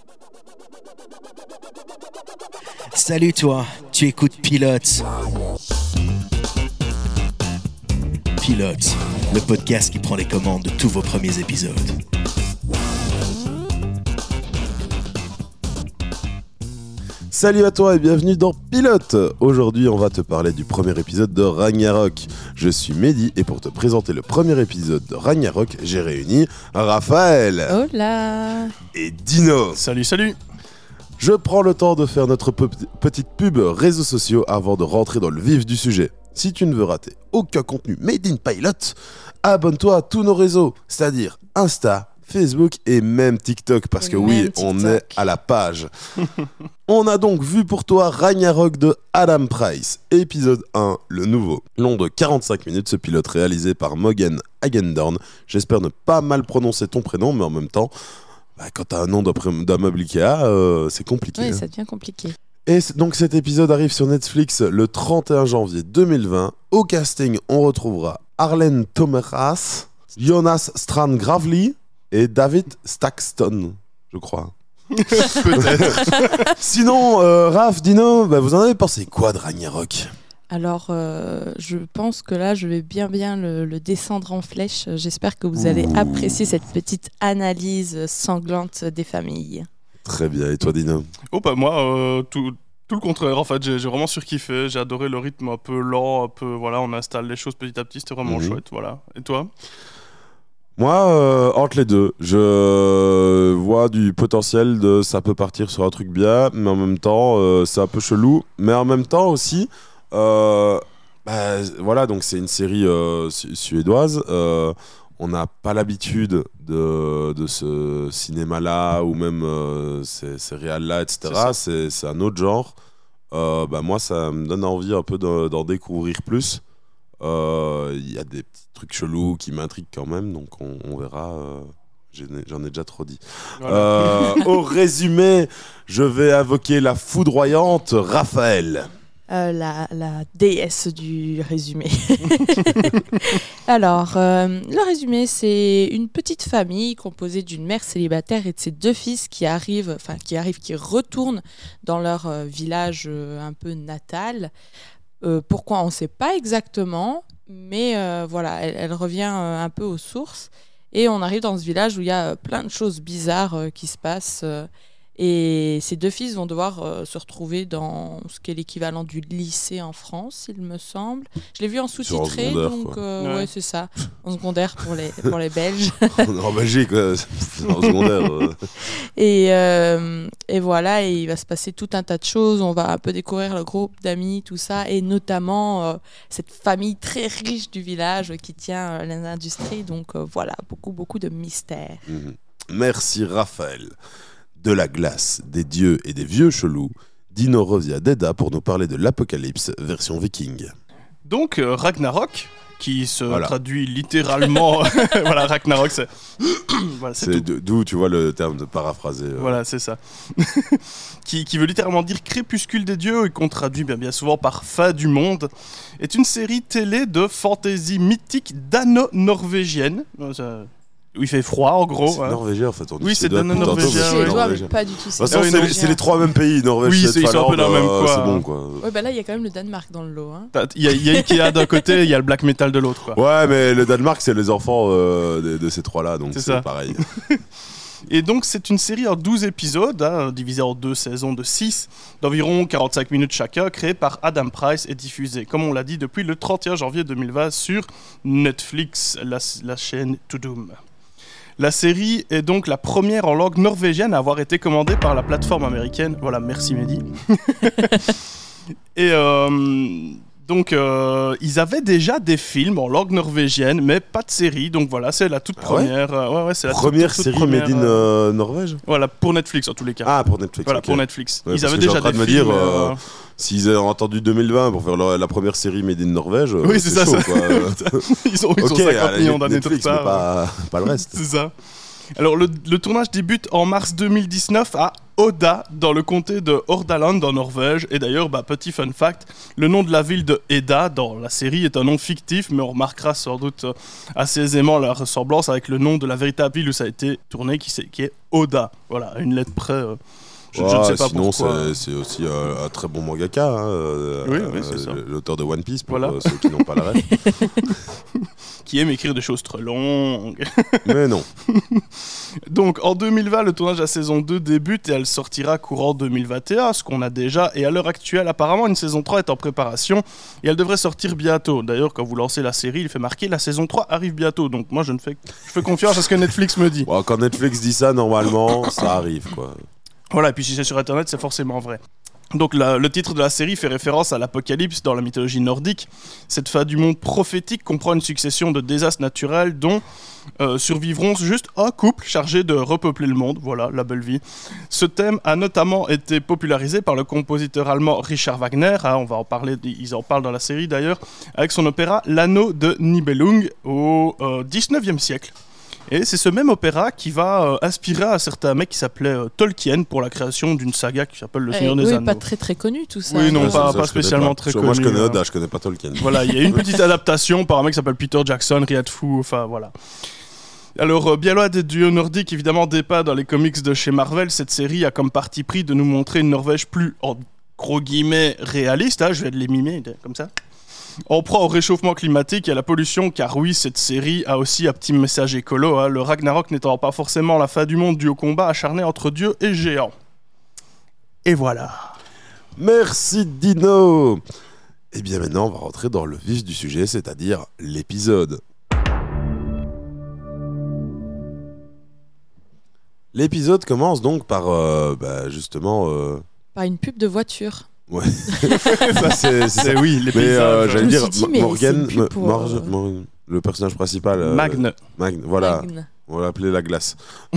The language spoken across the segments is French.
Salut toi, tu écoutes Pilote. Pilote, le podcast qui prend les commandes de tous vos premiers épisodes. Salut à toi et bienvenue dans Pilote. Aujourd'hui, on va te parler du premier épisode de Ragnarok. Je suis Mehdi et pour te présenter le premier épisode de Ragnarok, j'ai réuni Raphaël. Hola. Et Dino. Salut, salut. Je prends le temps de faire notre petite pub réseaux sociaux avant de rentrer dans le vif du sujet. Si tu ne veux rater aucun contenu Made in Pilot, abonne-toi à tous nos réseaux, c'est-à-dire Insta, Facebook et même TikTok, parce que oui, on est à la page. On a donc vu pour toi Ragnarok de Adam Price, épisode 1, le nouveau. Long de 45 minutes, ce pilote réalisé par Mogen Hagendorn. J'espère ne pas mal prononcer ton prénom, mais en même temps, quand t'as un nom d'un meuble Ikea, c'est compliqué. Oui, ça devient compliqué. Et donc cet épisode arrive sur Netflix le 31 janvier 2020. Au casting, on retrouvera Arlen Thomas, Jonas Strand-Gravely et David Stakston, je crois. Peut-être. Sinon, Raph, Dino, vous en avez pensé quoi de Ragnarok ? Alors, je pense que là, je vais bien le descendre en flèche. J'espère que vous allez apprécier cette petite analyse sanglante des familles. Très bien. Et toi, Dino ? Moi, tout le contraire. En fait, j'ai vraiment surkiffé. J'ai adoré le rythme un peu lent, voilà, on installe les choses petit à petit. C'était vraiment chouette, voilà. Et toi ? Moi, entre les deux, je vois du potentiel de ça peut partir sur un truc bien, mais en même temps, c'est un peu chelou. Mais en même temps aussi, voilà, donc c'est une série suédoise. On n'a pas l'habitude de ce cinéma-là ou même ces réals-là, etc. C'est un autre genre. Moi, ça me donne envie un peu d'en découvrir plus. Il y a des petits trucs chelous qui m'intriguent quand même, donc on verra. J'en ai déjà trop dit. Voilà. Au résumé, je vais invoquer la foudroyante Raphaël. La déesse du résumé. Alors, le résumé, c'est une petite famille composée d'une mère célibataire et de ses deux fils qui retournent dans leur village un peu natal. Pourquoi on ne sait pas exactement, mais voilà, elle revient un peu aux sources. Et on arrive dans ce village où il y a plein de choses bizarres qui se passent. Et ces deux fils vont devoir se retrouver dans ce qui est l'équivalent du lycée en France, il me semble. Je l'ai vu en sous-titré, donc ouais, c'est ça, en secondaire pour les Belges. En Belgique, c'est en secondaire. Et voilà, et il va se passer tout un tas de choses. On va un peu découvrir le groupe d'amis, tout ça, et notamment cette famille très riche du village qui tient l'industrie. Donc voilà, beaucoup de mystères. Merci Raphaël. De la glace, des dieux et des vieux chelous, Dino revient d'Eda pour nous parler de l'Apocalypse version viking. Donc Ragnarok, qui se traduit littéralement... voilà, Ragnarok, c'est... voilà, c'est d'où tu vois le terme de paraphraser. Voilà, c'est ça. qui veut littéralement dire crépuscule des dieux et qu'on traduit bien souvent par fin du monde, est une série télé de fantasy mythique dano-norvégienne. Où il fait froid en gros. C'est norvégien en fait. Oui, c'est dano-norvégien. C'est pas du tout. C'est les trois mêmes pays, Norvège, oui, ils sont un peu dans le même quoi. C'est bon quoi. Ouais, là il y a quand même le Danemark dans le lot. Il y a Ikea d'un côté, il y a le black metal de l'autre quoi. Ouais, mais le Danemark c'est les enfants de ces trois-là, donc c'est pareil. Et donc c'est une série en 12 épisodes, divisée en 2 saisons de 6, d'environ 45 minutes chacun, créée par Adam Price et diffusée, comme on l'a dit, depuis le 31 janvier 2020 sur Netflix, la chaîne To Doom. La série est donc la première en langue norvégienne à avoir été commandée par la plateforme américaine. Voilà, merci Mehdi. Et donc, ils avaient déjà des films en langue norvégienne, mais pas de série. Donc voilà, c'est la toute première. C'est la première série made in Norvège. Voilà, pour Netflix en tous les cas. Ah, pour Netflix. Voilà, okay. pour Netflix. Ouais, ils avaient déjà des films. Je suis en train de me dire, s'ils avaient entendu 2020 pour faire la première série made in Norvège, oui, c'est ça, chaud, quoi. Ils ont 50 millions d'années de retard. Mais pas le reste. C'est ça. Alors, le tournage débute en mars 2019 à Oda dans le comté de Hordaland en Norvège. Et d'ailleurs, petit fun fact, le nom de la ville de Eda dans la série est un nom fictif, mais on remarquera sans doute assez aisément la ressemblance avec le nom de la véritable ville où ça a été tourné, qui est Oda. Voilà, à une lettre près. Je ne sais pas sinon, pourquoi. c'est aussi un très bon mangaka, Oui, c'est ça. L'auteur de One Piece, pour Voilà. ceux qui n'ont pas la ref. Qui aime écrire des choses très longues. Mais non. Donc en 2020, le tournage de la saison 2 débute et elle sortira courant 2021, ce qu'on a déjà. Et à l'heure actuelle, apparemment, une saison 3 est en préparation et elle devrait sortir bientôt. D'ailleurs, quand vous lancez la série, il fait marquer la saison 3 arrive bientôt. Donc moi, je fais confiance à ce que Netflix me dit. Bon, quand Netflix dit ça, normalement, ça arrive, quoi. Voilà, et puis si c'est sur Internet, c'est forcément vrai. Donc le titre de la série fait référence à l'apocalypse dans la mythologie nordique. Cette fin du monde prophétique comprend une succession de désastres naturels dont survivront juste un couple chargé de repeupler le monde. Voilà, la belle vie. Ce thème a notamment été popularisé par le compositeur allemand Richard Wagner. On va en parler, ils en parlent dans la série d'ailleurs, avec son opéra L'Anneau de Nibelung au 19e siècle. Et c'est ce même opéra qui va inspirer un certain mec qui s'appelait Tolkien pour la création d'une saga qui s'appelle Le Seigneur des Anneaux. Oui, pas très très connu tout ça. Oui, non, Ouais, pas je spécialement connais très pas. connu. Moi, je connais Oda, je connais pas Tolkien. Voilà, il y a une petite adaptation par un mec qui s'appelle Peter Jackson, Riyad Fu, enfin voilà. Alors, bien loin des duos nordiques, évidemment, dépas dans les comics de chez Marvel, cette série a comme parti pris de nous montrer une Norvège plus, en gros guillemets, réaliste. Je vais les mimer, comme ça. On prend au réchauffement climatique et à la pollution, car oui, cette série a aussi un petit message écolo, le Ragnarok n'étant pas forcément la fin du monde dû au combat acharné entre dieux et géants. Et voilà. Merci Dino. Et bien maintenant, on va rentrer dans le vif du sujet, c'est-à-dire l'épisode. L'épisode commence donc par, justement... Par une pub de voiture. Ouais. Ça, c'est oui, Mais l'épisode. j'allais dire, dit, mais Morgan, c'est une pub pour, le personnage principal... Magne. Voilà. Magne. On va l'appeler la glace.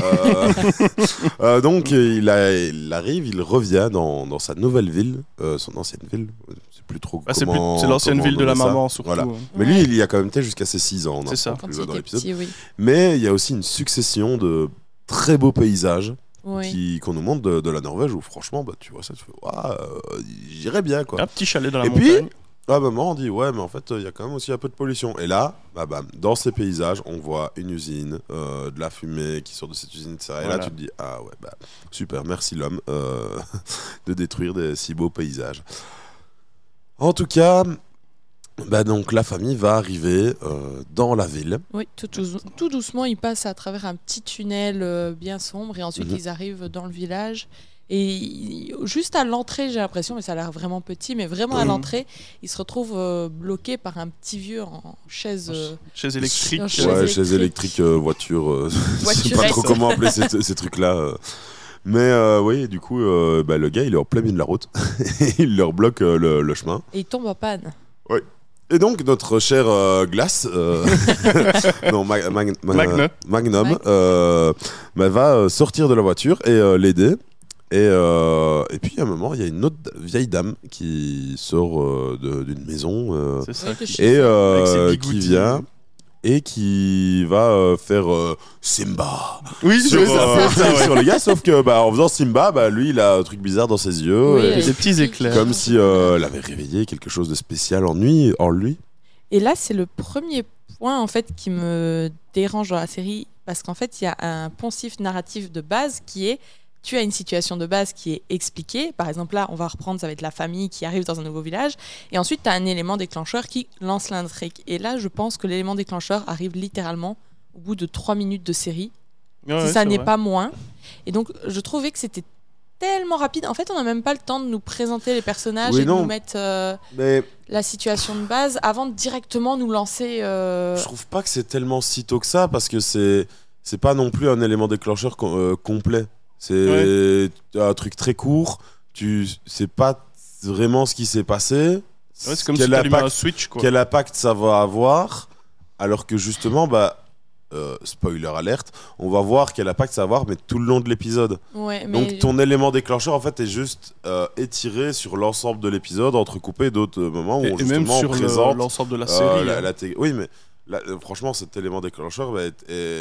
Donc, il arrive, il revient dans sa nouvelle ville, son ancienne ville. Je sais plus trop comment... C'est l'ancienne ville de la nommer ça. maman, surtout. Voilà. Ouais. Mais lui, il y a quand même été jusqu'à ses 6 ans. C'est ça. Quand Plus il dans était l'épisode. petit, oui. Mais il y a aussi une succession de très beaux paysages Oui. qu'on nous montre de la Norvège où franchement, tu vois ça, tu fais j'irais bien, quoi. Un petit chalet dans la Et montagne. puis, maman, on dit ouais, mais en fait, il y a quand même aussi un peu de pollution. Et là, bam, dans ces paysages, on voit une usine, de la fumée qui sort de cette usine, etc. Et Voilà. là, tu te dis ah ouais, super, merci l'homme de détruire des si beaux paysages. En tout cas, donc la famille va arriver dans la ville. Oui, tout doucement, ils passent à travers un petit tunnel bien sombre et ensuite Mhm. ils arrivent dans le village. Et juste à l'entrée, j'ai l'impression, mais ça a l'air vraiment petit, mais vraiment à l'entrée, ils se retrouvent bloqués par un petit vieux en chaise. Chaise électrique. en chaise Ouais, électrique. chaise électrique, voiture, je sais pas Voiturette. trop comment appeler ces trucs-là. Mais oui, du coup, le gars, il est en plein milieu de la route. Il leur bloque le chemin. Et ils tombent en panne. Et donc, notre cher Glace, non, Magnum, va sortir de la voiture et l'aider. Et puis, à un moment, il y a une autre vieille dame qui sort d'une maison C'est ça. Ouais, de qui- chez- et Avec ses qui bigoudis. vient et qui va faire Simba Oui, sur, c'est ça. Ouais. sur les gars, sauf que en faisant Simba, lui, il a un truc bizarre dans ses yeux. Oui, et- avec des petits éclairs. comme si elle avait réveillé quelque chose de spécial en lui. Et là, c'est le premier point en fait qui me dérange dans la série parce qu'en fait, il y a un poncif narratif de base qui est tu as une situation de base qui est expliquée. Par exemple, là, on va reprendre, ça va être la famille qui arrive dans un nouveau village. Et ensuite, tu as un élément déclencheur qui lance l'intrigue. Et là, je pense que l'élément déclencheur arrive littéralement au bout de 3 minutes de série. Ouais, si ça c'est n'est vrai. pas moins. Et donc, je trouvais que c'était tellement rapide. En fait, on n'a même pas le temps de nous présenter les personnages Oui, et de non. nous mettre Mais la situation de base avant de directement nous lancer... je trouve pas que c'est tellement sitôt que ça parce que c'est pas non plus un élément déclencheur complet. C'est un truc très court. Tu sais pas vraiment ce qui s'est passé. Ouais, c'est comme quel si tu allumais un impact, switch, quoi. quel impact ça va avoir. Alors que justement, spoiler alerte, on va voir quel impact ça va avoir, mais tout le long de l'épisode. Ouais, mais... Donc ton élément déclencheur en fait est juste étiré sur l'ensemble de l'épisode, entrecoupé d'autres moments où Et même justement sur on présente l'ensemble de la série. oui, mais là, franchement cet élément déclencheur est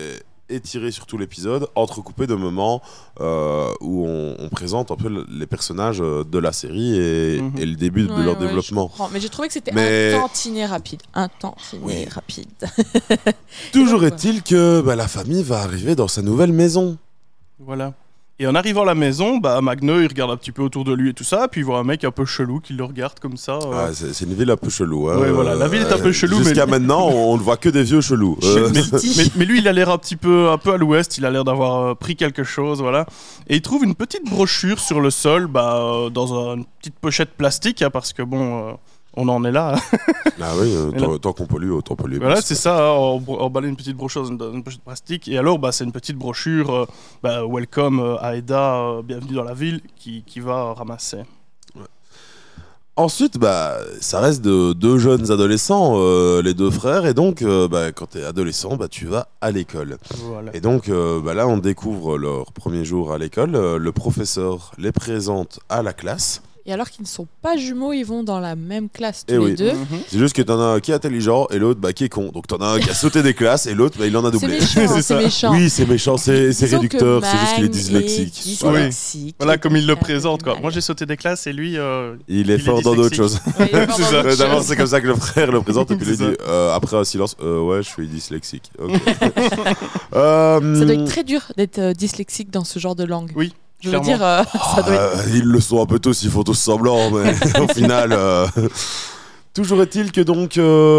étiré sur tout l'épisode, entrecoupé de moments où on présente un peu les personnages de la série et le début de leur développement. Mais j'ai trouvé que c'était un tantinet rapide. Rapide. Toujours est-il que la famille va arriver dans sa nouvelle maison. Voilà. Et en arrivant à la maison, Magno il regarde un petit peu autour de lui et tout ça, puis il voit un mec un peu chelou qui le regarde comme ça. C'est une ville un peu chelou. Hein. Ouais, voilà, la ville est un peu chelou. Jusqu'à maintenant, on ne voit que des vieux chelous. Mais lui, il a l'air un peu à l'ouest, il a l'air d'avoir pris quelque chose, voilà. Et il trouve une petite brochure sur le sol, dans une petite pochette plastique, hein, parce que on en est là. Ah oui, tant qu'on pollue, autant polluer. Voilà, c'est ça, emballer une petite brochure dans une pochette plastique. Et alors, c'est une petite brochure, Welcome Aida, bienvenue dans la ville, qui va ramasser. Ouais. Ensuite, ça reste de deux jeunes adolescents, les deux frères. Et donc, quand tu es adolescent, tu vas à l'école. Voilà. Et donc, là, on découvre leur premier jour à l'école. Le professeur les présente à la classe. Et alors qu'ils ne sont pas jumeaux, ils vont dans la même classe tous les deux. C'est juste que t'en as un qui est intelligent et l'autre qui est con. Donc t'en as un qui a sauté des classes et l'autre il en a doublé. C'est méchant. Oui, c'est méchant, c'est réducteur, c'est juste qu'il est dyslexique. Voilà, comme il le présente, quoi. Moi j'ai sauté des classes et lui il est fort dans d'autres choses. D'abord c'est comme ça que le frère le présente et puis il dit après un silence ouais, je suis dyslexique. Okay. Ça doit être très dur d'être dyslexique dans ce genre de langue. Oui. Je veux dire, ça doit être... Ils le sont un peu tous, ils font tous semblant, mais au final... Toujours est-il que donc,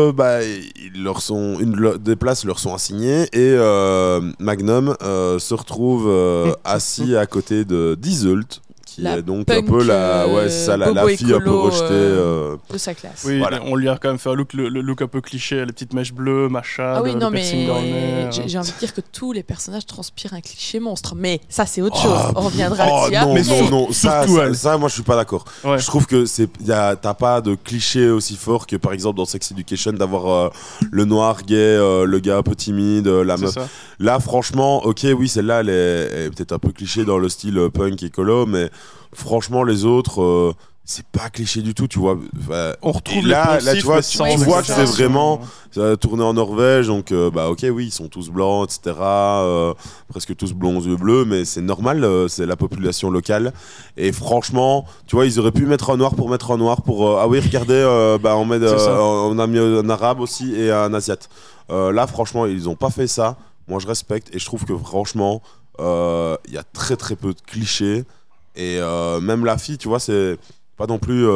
des places leur sont assignées et Magnum se retrouve assis à côté d'Iseult, qui est donc un peu la fille un peu rejetée de sa classe. Oui, voilà. On lui a quand même fait le look un peu cliché, les petites mèches bleues, machin. Ah oui, non, mais j'ai envie de dire que tous les personnages transpirent un cliché monstre. Mais ça, c'est autre chose. On reviendra là-dessus. Non, ça, moi, je suis pas d'accord. Ouais. Je trouve que t'as pas de cliché aussi fort que par exemple dans Sex Education d'avoir le noir gay, le gars un peu timide, la meuf. Ça. Là, franchement, ok, oui, celle-là, elle est peut-être un peu cliché dans le style punk écolo, mais franchement, les autres, c'est pas cliché du tout, tu vois. On retrouve là, tu vois que c'est vraiment tourné en Norvège, donc ok, oui, ils sont tous blancs, etc. Presque tous blonds aux yeux bleus, mais c'est normal, c'est la population locale. Et franchement, tu vois, ils auraient pu mettre un noir pour ah oui, regardez, on a mis un arabe aussi et un asiate. Là, franchement, ils ont pas fait ça. Moi, je respecte et je trouve que franchement, il y a très très peu de clichés. Et même la fille, tu vois, c'est pas non plus...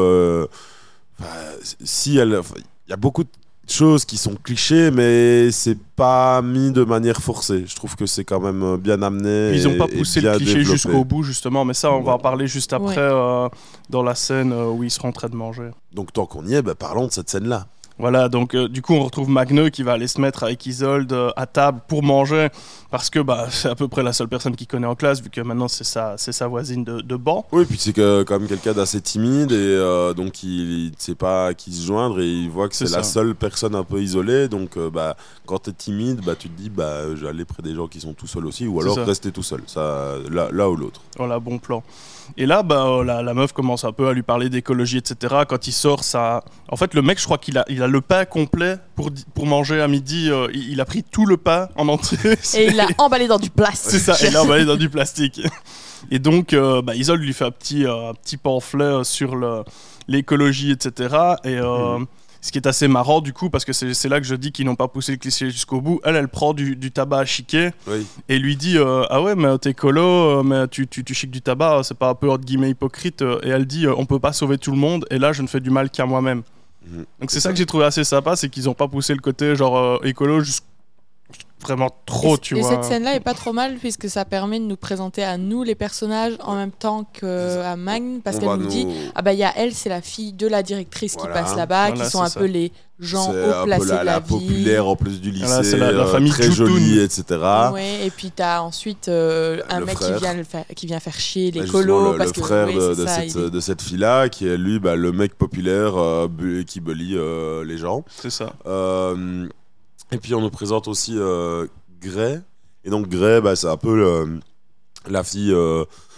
il y a beaucoup de choses qui sont clichés, mais c'est pas mis de manière forcée. Je trouve que c'est quand même bien amené. Ils ont pas poussé le cliché jusqu'au bout, justement. Mais ça, on va en parler juste après, dans la scène où ils seront en train de manger. Donc tant qu'on y est, parlons de cette scène-là. Voilà, donc du coup on retrouve Magneux qui va aller se mettre avec Isolde à table pour manger parce que c'est à peu près la seule personne qu'il connaît en classe vu que maintenant c'est sa voisine de banc. Oui, puis c'est quand même quelqu'un d'assez timide et donc il ne sait pas à qui se joindre et il voit que c'est la seule personne un peu isolée. Donc quand t'es timide, tu te dis je vais aller près des gens qui sont tout seuls aussi ou alors rester tout seul, ça, là ou l'autre. Voilà, bon plan. Et là, la meuf commence un peu à lui parler d'écologie, etc. Quand il sort, ça... En fait, le mec, je crois qu'il a le pain complet pour manger à midi. Il a pris tout le pain en entier. Et il l'a emballé dans du plastique. C'est ça, il l'a emballé dans du plastique. Et donc, Isolde lui fait un petit pamphlet sur l'écologie, etc. Et... Ce qui est assez marrant du coup parce que c'est là que je dis qu'ils n'ont pas poussé le cliché jusqu'au bout. Elle prend du tabac à chiquer et lui dit ah ouais mais t'es écolo mais tu chiques du tabac, c'est pas un peu entre guillemets hypocrite, et elle dit on peut pas sauver tout le monde et là je ne fais du mal qu'à moi-même. Donc c'est ça que j'ai trouvé assez sympa, c'est qu'ils ont pas poussé le côté genre écolo vraiment trop, tu vois. Et cette scène-là est pas trop mal puisque ça permet de nous présenter à nous les personnages en même temps qu'à Magne, parce qu'elle nous dit il y a elle, c'est la fille de la directrice qui passe là-bas, qui sont un peu les gens haut placés de la ville, populaire en plus du lycée, c'est la famille très jolie, etc. Ouais, et puis t'as ensuite un mec qui vient faire chier les colos, parce que le frère de cette fille-là qui est lui le mec populaire qui bully les gens. C'est ça. Et puis on nous présente aussi Gray. Et donc Gray, c'est un peu la fille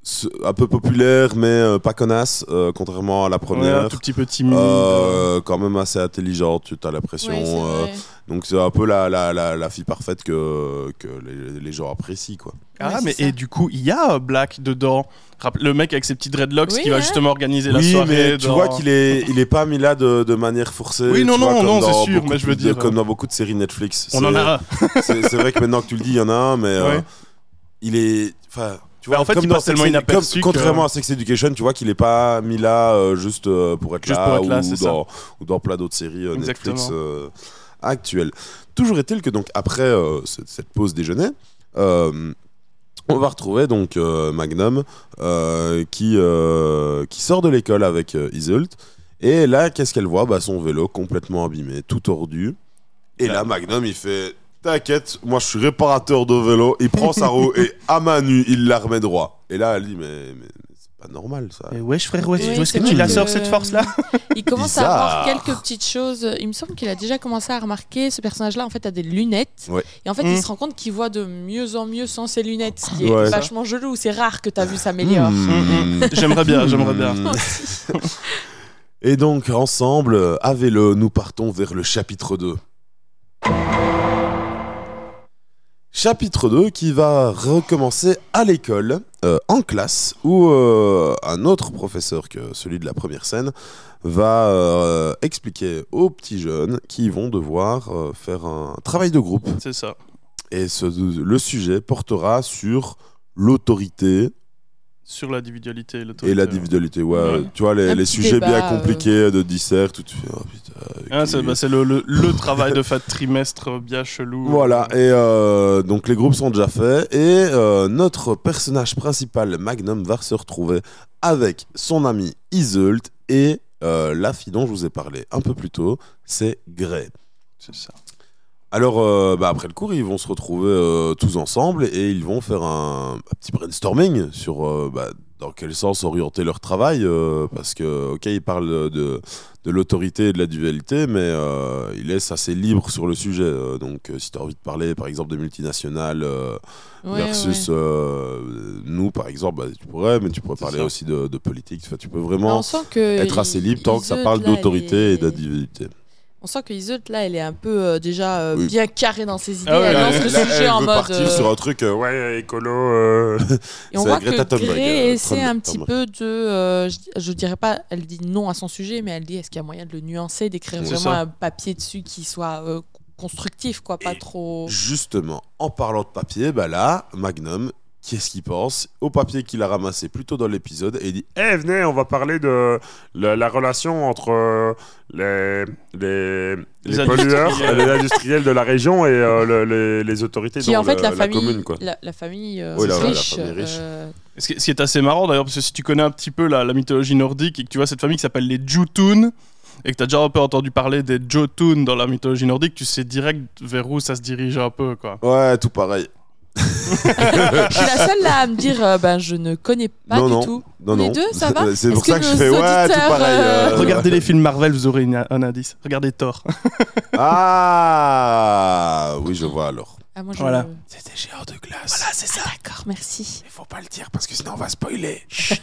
un peu populaire, mais pas connasse, contrairement à la Ouais, première. un tout petit peu timide. Quand même assez intelligente, tu as l'impression. Ouais, c'est vrai. Donc c'est un peu la fille parfaite que les gens apprécient, quoi. Ah, Ouais, mais c'est ça. et du coup, il y a Black dedans. Le mec avec ses petits dreadlocks Oui, qui va hein. justement organiser la Oui, soirée. mais tu vois qu'il est pas mis là de manière forcée. Oui, non, tu vois, non, comme non, dans c'est sûr, beaucoup mais je veux dire, comme dans beaucoup de séries Netflix. On en a un. C'est vrai que maintenant que tu le dis, il y en a un, mais Ouais. il est... Enfin, tu Mais vois, en fait, comme il dans passe tellement Sex- inaperçu contrairement que- à Sex Education, tu vois qu'il est pas mis là juste pour être Juste là, pour être là, c'est ça. ou dans plein d'autres séries Netflix Exactement. actuelles. Toujours est-il que donc après cette pause déjeuner, on va retrouver donc Magnum qui sort de l'école avec Iseult. Et là, qu'est-ce qu'elle voit ? Son vélo complètement abîmé, tout tordu. Et là, Magnum, il fait t'inquiète, moi je suis réparateur de vélo. Il prend sa roue et à main nue, il la remet droit. Et là, elle dit mais c'est pas normal ça. Mais wesh, frère, où Oui, est-ce c'est que vrai tu la que- sors cette force-là? Il commence à Bizarre. avoir quelques petites choses. Il me semble qu'il a déjà commencé à remarquer ce personnage-là en fait a des lunettes. Ouais. Et en fait, il se rend compte qu'il voit de mieux en mieux sans ses lunettes, ce qui est Ouais. vachement joli. C'est rare que ta vue s'améliore. J'aimerais bien, j'aimerais bien. Et donc, ensemble, à vélo, nous partons vers le chapitre 2. Chapitre 2 qui va recommencer à l'école, en classe, où un autre professeur que celui de la première scène va expliquer aux petits jeunes qu'ils vont devoir faire un travail de groupe. C'est ça. Et le sujet portera sur l'autorité Sur l'individualité et l'autorité. et l'individualité. Ouais. Ouais. Tu vois, Un les petit sujets débat, bien compliqués de dissert, tout de suite. Oh, putain, Ah, qui- c'est le travail de fin de trimestre bien chelou. Voilà, et donc les groupes sont déjà faits, et notre personnage principal, Magnum, va se retrouver avec son ami Iseult et la fille dont je vous ai parlé un peu plus tôt, c'est Grey. C'est ça. Alors, après le cours, ils vont se retrouver tous ensemble et ils vont faire un petit brainstorming sur dans quel sens orienter leur travail, parce que, ok, ils parlent de l'autorité et de la dualité, mais ils laissent assez libre sur le sujet. Donc, si tu as envie de parler, par exemple, de multinationales versus nous, par exemple, tu pourrais, mais tu pourrais C'est parler ça. aussi de politique. Enfin, tu peux On vraiment sent que être assez libre tant que ça Iseult, parle là, d'autorité et elle est- d'individualité. On sent que Iseult, là, elle est un peu déjà Oui. bien carrée dans ses idées. Ah ouais, elle là, lance le Là, sujet elle en veut mode. partir sur un truc, ouais, écolo. Et on C'est voit Greta que Thunberg, Grey essaie un Thunberg. petit peu de. Je dirais pas, elle dit non à son sujet, mais elle dit est-ce qu'il y a moyen de le nuancer, d'écrire C'est vraiment ça. un papier dessus qui soit constructif, quoi, pas Et trop. Justement, en parlant de papier, là, Magnum, qu'est-ce qu'il pense au papier qu'il a ramassé plus tôt dans l'épisode et il dit Venez, on va parler de la relation entre les pollueurs, industriels. les industriels de la région et les autorités Qui est en fait la famille, commune. Quoi. la famille Oui, la riche. famille riche. Ce qui est assez marrant d'ailleurs, parce que si tu connais un petit peu la mythologie nordique et que tu vois cette famille qui s'appelle les Jotun, et que tu as déjà un peu entendu parler des Jotun dans la mythologie nordique, tu sais direct vers où ça se dirige un peu, quoi. ouais, tout pareil. Je suis la seule là à me dire je ne connais pas Non, du tout. Non, Les non. deux, ça va C'est pour Est-ce ça que que je nos fais ouais, tout auditeurs, pareil. Regardez les films Marvel, vous aurez un indice. Regardez Thor. Ah, oui, je vois alors. Ah, moi, je... Voilà. C'est des géants de glace. Voilà, c'est ça. D'accord, merci. Il faut pas le dire parce que sinon on va spoiler.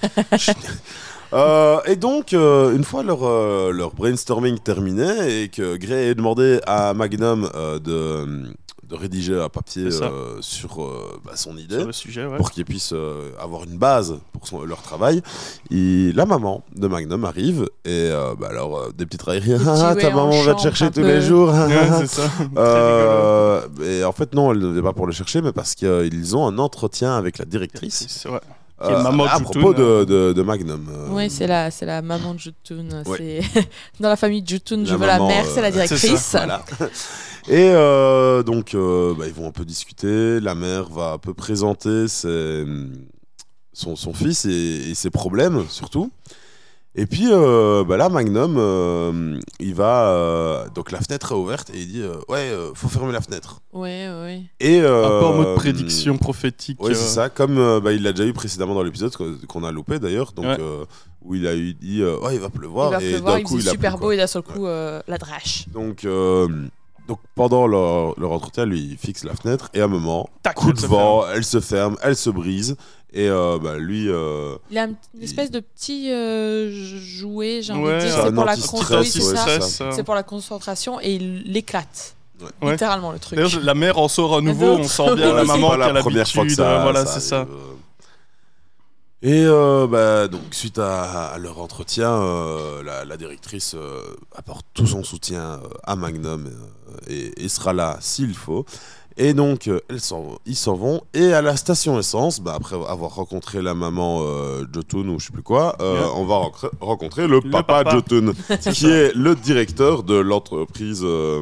Et donc, une fois leur brainstorming terminé et que Grey ait demandé à Magnum de rédiger un papier C'est ça. sur son idée Sur le sujet, ouais. pour qu'ils puissent avoir une base pour leur travail, la maman de Magnum arrive et des petites railleries. petits, Ah, ouais, ta on maman va te chante chercher un tous peu. les jours. Ouais, c'est ça. Très rigolo. Et en fait, non, elle ne vient pas pour le chercher, mais parce qu'ils ont un entretien avec la directrice. C'est ouais. Qui est maman à Jotun, propos de Magnum. Oui, c'est la maman de Jotun. Ouais. C'est dans la famille de Jotun, je La veux la maman, mère, c'est la c'est directrice. ça, Voilà. Et donc, ils vont un peu discuter. La mère va un peu présenter son fils et ses problèmes, surtout. Et puis, là, Magnum, il va... donc, la fenêtre est ouverte et il dit faut fermer la fenêtre. Ouais, ouais. Et, Un peu en mode prédiction prophétique. Oui, c'est ça. Comme il l'a déjà eu précédemment dans l'épisode qu'on a loupé d'ailleurs, donc Ouais. où il a dit il va pleuvoir Il va et pleuvoir, d'un il coup faisait il a super plu, beau quoi. et d'un seul coup, la drache. Donc donc pendant leur entretien, lui, il fixe la fenêtre et à un moment, Tac, coup elle de se vent, elle se ferme, elle se brise et lui. Il a une espèce de petit jouet, j'ai envie Ouais, de dire. c'est C'est un pour la anti-stress, concentration. ouais, c'est ça. C'est pour la concentration et il l'éclate. Ouais. Littéralement le truc. D'ailleurs, la mère en sort à nouveau, on sent bien Ouais, la c'est maman pas qui a la première fois que l'habitude. Voilà, ça c'est ça. arrive. Et donc suite à leur entretien, la directrice apporte tout son soutien à Magnum et sera là s'il faut. Et donc ils s'en vont et à la station essence, après avoir rencontré la maman Jotun ou je sais plus quoi, on va rencontrer le papa Jotun qui est le directeur de l'entreprise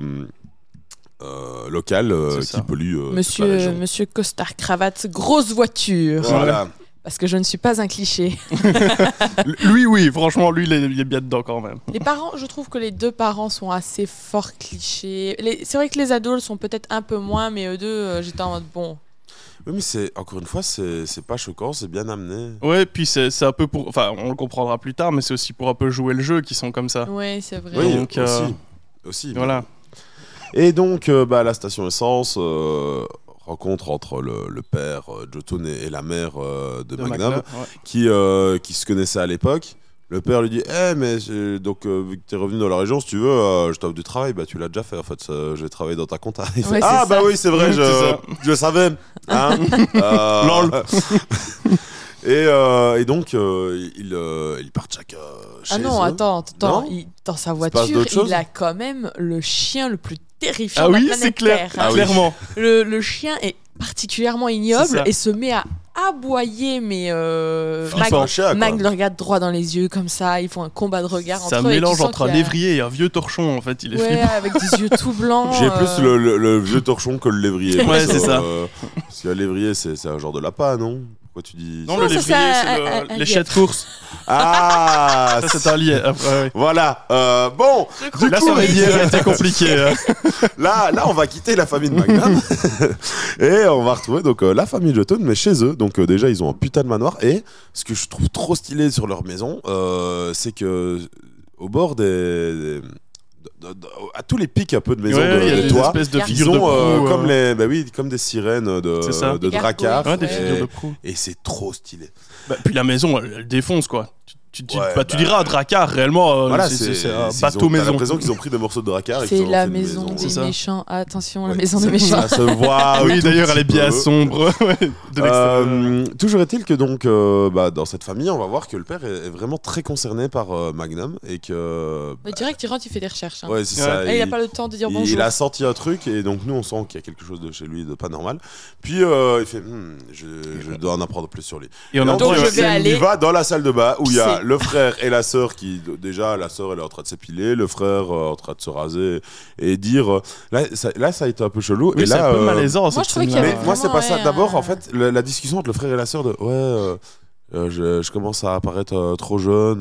locale qui pollue toute la région. Monsieur costard cravate grosse voiture. Voilà. Parce que je ne suis pas un cliché. Lui, oui, franchement, lui, il est bien dedans quand même. Les parents, je trouve que les deux parents sont assez forts clichés. C'est vrai que les ados sont peut-être un peu moins, mais eux deux, j'étais en mode bon. Oui, mais encore une fois, c'est pas choquant, c'est bien amené. Ouais, puis c'est un peu pour. Enfin, on le comprendra plus tard, mais c'est aussi pour un peu jouer le jeu qu'ils sont comme ça. Oui, c'est vrai. Oui, Donc, aussi. Voilà. Et donc, à la station essence, rencontre entre le père Jotun et la mère de Magnum, ouais. qui se connaissaient à l'époque. Le père lui dit mais donc vu que t'es revenu dans la région, si tu veux, je t'offre du travail. Bah tu l'as déjà fait en fait. J'ai travaillé dans ta compta. Il fait, Ouais, bah oui c'est vrai, C'est je le savais. Hein Lol. Et donc ils partent chacun chez Ah non, eux. attends. Non, dans sa passe voiture, d'autres choses il a quand même le chien le plus terrifiant Ah de la oui, planète c'est clair, Terre, hein. clairement. Le chien est particulièrement ignoble C'est ça. et se met à aboyer, mais Flippant chat, quoi. Mag le regarde droit dans les yeux comme ça, ils font un combat de regard C'est un entre eux. et tu mélange sens entre un qu'il y a- lévrier et un vieux torchon, en fait. Il est Ouais, flippant. avec des yeux tout blancs. J'ai plus le vieux torchon que le lévrier. Ouais, Parce que, c'est ça. Parce que le lévrier, c'est un genre de lapin, non? Pourquoi tu dis Non, ça le ça, lévrier, c'est c'est un les chiens de course. Ah Ça, c'est un lièvre. Ouais. Voilà. Bon, du Là, coup, ça aurait été compliqué. Hein. là, on va quitter la famille de Magnum et on va retrouver donc la famille Jotun, mais chez eux. Donc déjà, ils ont un putain de manoir. Et ce que je trouve trop stylé sur leur maison, c'est que au bord à tous les pics un peu de maison Ouais, il y a de des toit, espèces de Ils figures ils de ont proue. comme des sirènes C'est ça. de Des dracard. gargouilles. Ouais, des Ouais. figures de proue. Et c'est trop stylé. Bah, puis la maison, elle défonce, quoi. Tu Ouais, diras un dracard, réellement, Voilà, c'est un ils bateau ont- T'as maison. l'impression qu'ils ont pris des morceaux de dracard. et qu'ils C'est ont la fait une maison ouais. des ça. méchants. Attention, la Ouais, maison ça- des méchants. Ça se voit. Ah oui, un tout d'ailleurs, elle petit est bien peu. sombre ouais, de l'extérieur. Toujours est-il que donc dans cette famille, on va voir que le père est vraiment très concerné par Magnum et que Mais direct, il rentre, il fait des recherches. Hein. ouais c'est Ouais. ça. Et il n'a pas le temps de dire bonjour. Il a senti un truc et donc nous on sent qu'il y a quelque chose de chez lui de pas normal. Puis il fait je dois en apprendre plus sur lui. Et on Et a en Donc, gros, je vais il aller va dans la salle de bain où il y a pisser. le frère et la sœur qui déjà la sœur elle est en train de s'épiler, le frère en train de se raser et dire là ça a été un peu chelou Oui, et c'est là un peu malaisant. Moi, cette je trouvais qu'il y scène-là. avait mais moi c'est vraiment, pas ça. ouais, D'abord en fait la discussion entre le frère et la sœur de je commence à apparaître trop jeune.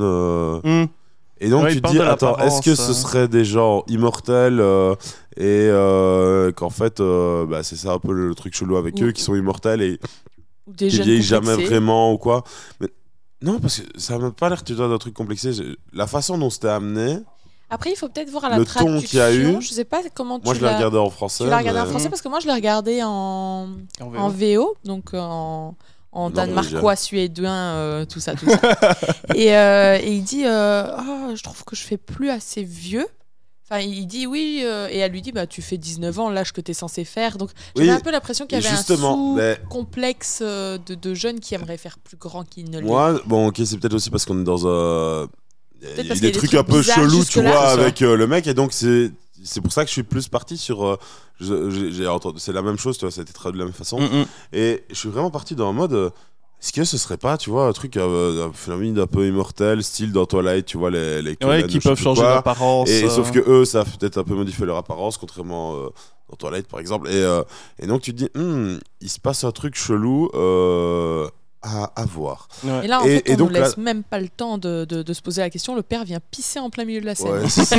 Et donc Ouais, tu il te parle dis de attends est-ce que l'apparence, ce seraient des gens immortels et qu'en fait c'est ça un peu le truc chelou avec Ou- eux qui sont immortels et Ou des qui jeunes vieillissent jamais complexés. vraiment ou quoi. Mais non parce que ça m'a pas l'air d'un truc complexé. La façon dont c'était amené, Après, il faut peut-être voir à la Le ton traduction. qu'il y a eu, Je sais pas comment moi tu je l'ai l'as. regardé en français. Tu l'as regardé en mais- français parce que moi je l'ai regardé en VO, donc en danemarkois, suédois, tout ça. et il dit je trouve que je fais plus assez vieux. Enfin, il dit oui, et elle lui dit tu fais 19 ans, l'âge que tu es censé faire. Donc j'avais Oui, un peu l'impression qu'il y et avait justement, un mais- sous-complexe de jeunes qui aimeraient faire plus grand qu'ils ne l'est. Moi, bon, ok, c'est peut-être aussi parce qu'on est dans un. Il y a parce des qu'il y a des trucs un trucs peu bizarres chelous, tu jusque-là. vois, C'est ça. avec le mec, et donc c'est pour ça que je suis plus parti sur. J'ai entendu, c'est la même chose, tu vois, ça a été traduit de la même façon. Et je suis vraiment parti dans un mode. Est-ce que ce serait pas, tu vois, un truc, un phénomène un peu immortel, style dans Twilight, tu vois, les Ouais, Conan, qui je sais peuvent plus changer quoi. d'apparence. Et sauf que eux, ça a peut-être un peu modifié leur apparence, contrairement dans Twilight par exemple. Et donc tu te dis, il se passe un truc chelou. à voir. Et là, en fait, on donc, ne laisse même pas le temps de se poser la question. Le père vient pisser en plein milieu de la scène. Ouais, c'est ça.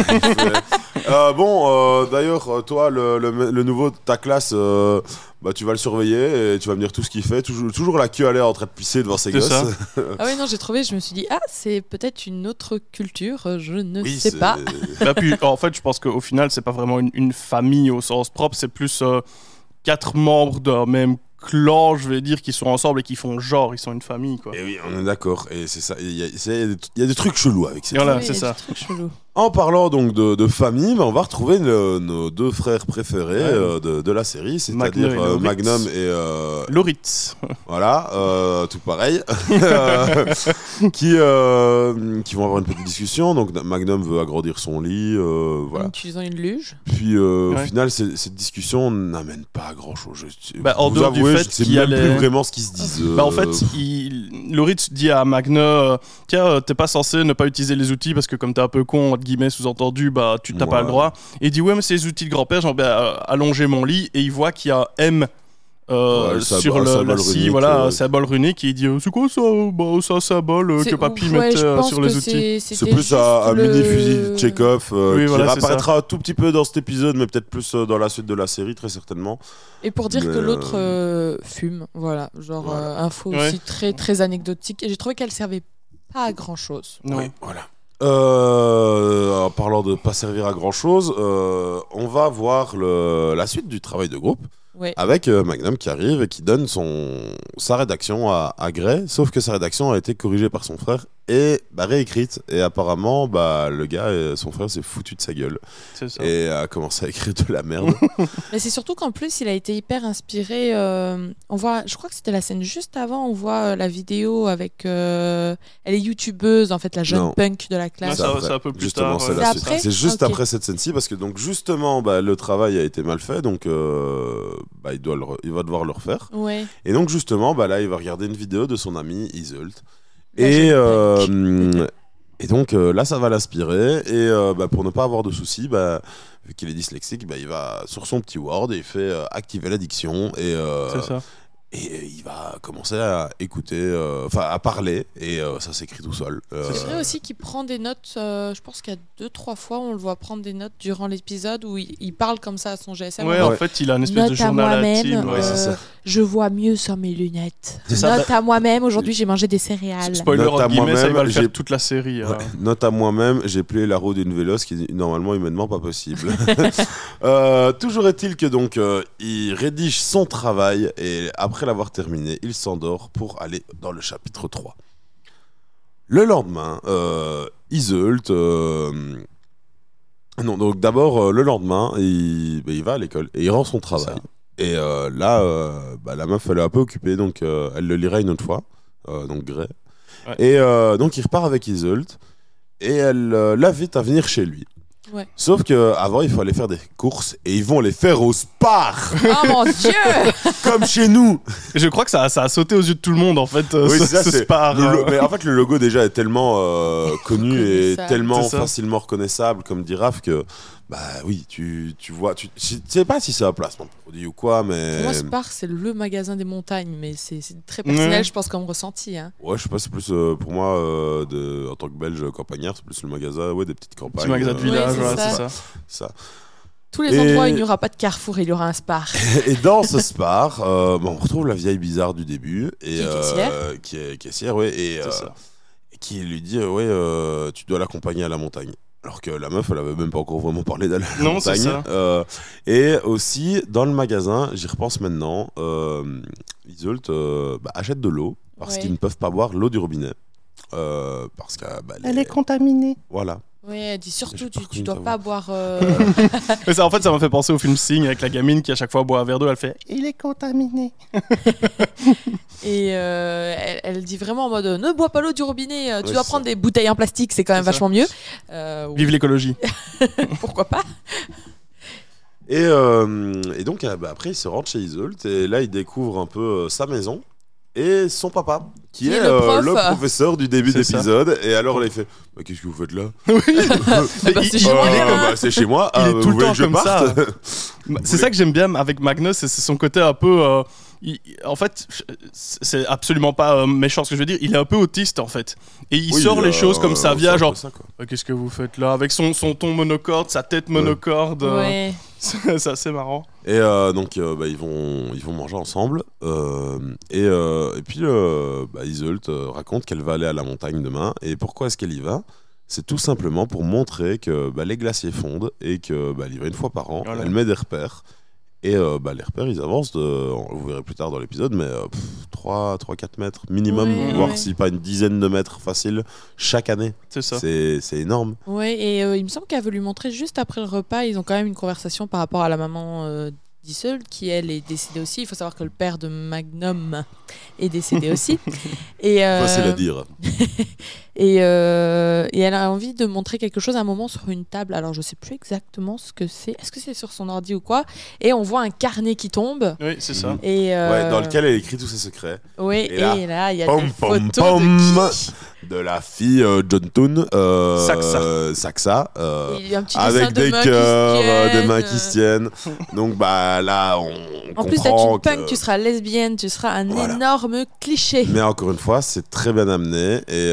D'ailleurs, toi, le nouveau de ta classe, tu vas le surveiller et tu vas me dire tout ce qu'il fait. Toujours la queue à l'air en train de pisser devant ses gosses. Ça. Ah ouais, non, j'ai trouvé, je me suis dit, c'est peut-être une autre culture, je ne sais pas. Puis, en fait, je pense qu'au final, c'est pas vraiment une famille au sens propre, c'est plus 4 membres d'un même clan, je vais dire, qui sont ensemble et qui font genre, ils sont une famille, quoi. Et oui, on est d'accord. Et c'est ça. Il y a des trucs chelous avec ça. Voilà, Oui, c'est il y a ça. des trucs chelous. En parlant donc de famille, on va retrouver nos 2 frères préférés de la série, c'est-à-dire Magnum et Loritz. voilà, tout pareil, qui vont avoir une petite discussion. Donc Magnum veut agrandir son lit, voilà. En utilisant une luge. Puis au final, cette discussion n'amène pas à grand-chose. En vous dehors du avouez, fait je sais qu'il y a même plus vraiment ce qu'ils se disent. En fait, Loritz dit à Magnum, tiens, t'es pas censé ne pas utiliser les outils parce que comme t'es un peu con, entre guillemets, sous-entendu, tu t'as pas le droit. Et il dit, ouais, mais c'est les outils de grand-père, genre, allonger mon lit. Et il voit qu'il y a M sur le scie, voilà, symbole runique. Et il dit, c'est quoi ça? C'est un symbole que papy mettait sur les outils. C'est plus un mini-fusil Tchekhov qui voilà, apparaîtra un tout petit peu dans cet épisode, mais peut-être plus dans la suite de la série, très certainement. Et pour dire que l'autre fume, voilà, genre info aussi très, très anecdotique. Et j'ai trouvé qu'elle servait pas à grand-chose. Oui, voilà. En parlant de pas servir à grand chose, on va voir la suite du travail de groupe avec Magnum qui arrive et qui donne sa rédaction à Gray, sauf que sa rédaction a été corrigée par son frère et réécrite, et apparemment le gars et son frère s'est foutu de sa gueule et a commencé à écrire de la merde. Mais c'est surtout qu'en plus il a été hyper inspiré, on voit, je crois que c'était la scène juste avant, on voit la vidéo avec elle est youtubeuse en fait, la jeune punk de la classe. C'est un peu plus justement, tard. C'est juste après cette scène-ci, parce que donc justement le travail a été mal fait, donc il va devoir le refaire. Et donc justement là il va regarder une vidéo de son ami Iseult. Et donc là ça va l'inspirer, et pour ne pas avoir de soucis, vu qu'il est dyslexique, il va sur son petit Word et il fait activer l'addiction, et c'est ça. Et il va commencer à écouter, à parler, et ça s'écrit tout seul. C'est vrai aussi qu'il prend des notes, je pense qu'il y a 2-3 fois on le voit prendre des notes durant l'épisode où il parle comme ça à son GSM. Ouais, en fait il a une espèce de journal intime. Je vois mieux sans mes lunettes. Note à moi-même, aujourd'hui j'ai mangé des céréales. Spoiler entre guillemets, ça il va le faire toute la série. Note à moi-même, j'ai plié la roue d'une vélo, ce qui est normalement humainement pas possible. Toujours est-il que donc il rédige son travail, et après l'avoir terminé, il s'endort pour aller dans le chapitre 3. Le lendemain, Iseult... Non, donc d'abord, le lendemain, il va à l'école et il rend son travail. Et là, la meuf, elle est un peu occupée, donc elle le lira une autre fois, donc Gray. Et donc il repart avec Iseult, et elle l'invite à venir chez lui. Sauf qu'avant, il faut aller faire des courses, et ils vont les faire au Spar. Oh mon Dieu. Comme chez nous. Je crois que ça a sauté aux yeux de tout le monde, en fait, ce Spar. Mais en fait, le logo déjà est tellement connu et tellement facilement reconnaissable, comme dit Raph, que oui, tu vois, tu sais pas si c'est un placement de produit ou quoi, mais... Pour moi, Spar, c'est le magasin des montagnes, mais c'est très personnel, je pense, comme ressenti. Ouais, je sais pas, c'est plus pour moi, en tant que Belge campagnard, c'est plus le magasin des petites campagnes. Petit magasin de village, c'est ça. Tous les endroits où il n'y aura pas de carrefour, il y aura un Spar. Et dans ce Spar, on retrouve la vieille bizarre du début, et, qui est caissière, et qui lui dit tu dois l'accompagner à la montagne. Alors que la meuf, elle avait même pas encore vraiment parlé d'aller à la montagne. C'est ça. Et aussi, dans le magasin, j'y repense maintenant, Iseult achète de l'eau parce qu'ils ne peuvent pas boire l'eau du robinet. Parce qu'elle est contaminée. Voilà. Oui, elle dit surtout, tu dois pas boire... Mais ça, en fait, ça m'a fait penser au film Sing, avec la gamine qui à chaque fois boit un verre d'eau, elle fait « Il est contaminé ». Et elle dit vraiment en mode ne bois pas l'eau du robinet, tu dois prendre des bouteilles en plastique, c'est quand même vachement mieux. Vive l'écologie. Pourquoi pas. Et donc après il se rentre chez Iseult, et là il découvre un peu sa maison et son papa qui est le professeur du début d'épisode. Et alors là il fait qu'est-ce que vous faites là? C'est chez moi. C'est chez moi. Il est tout le temps comme ça. C'est ça que j'aime bien avec Magnus, c'est son côté un peu en fait, c'est absolument pas méchant ce que je veux dire. Il est un peu autiste en fait, et il sort les choses comme ça via genre. Qu'est-ce que vous faites là avec son ton monocorde, sa tête monocorde. Ouais. C'est assez marrant. Et donc ils vont manger ensemble et puis Iseult raconte qu'elle va aller à la montagne demain. Et pourquoi est-ce qu'elle y va ? C'est tout simplement pour montrer que les glaciers fondent et que elle y va une fois par an. Voilà. Elle met des repères. Et les repères, ils avancent, vous verrez plus tard dans l'épisode, mais 3-4 mètres minimum, voire si pas une dizaine de mètres facile, chaque année. C'est ça. C'est énorme. Oui, et il me semble qu'elle veut lui montrer juste après le repas, ils ont quand même une conversation par rapport à la maman d'Iseult, qui elle est décédée aussi. Il faut savoir que le père de Magnum est décédé aussi. Facile à dire. Et elle a envie de montrer quelque chose à un moment sur une table. Alors je sais plus exactement ce que c'est. Est-ce que c'est sur son ordi ou quoi ? Et on voit un carnet qui tombe. Oui, c'est ça. Et dans lequel elle écrit tous ses secrets. Oui, et là il y a des photos de la fille John Toon, Saxa, avec des cœurs, des mains qui se tiennent. Donc là, en plus d'être une punk, tu seras lesbienne, tu seras un énorme cliché. Mais encore une fois, c'est très bien amené et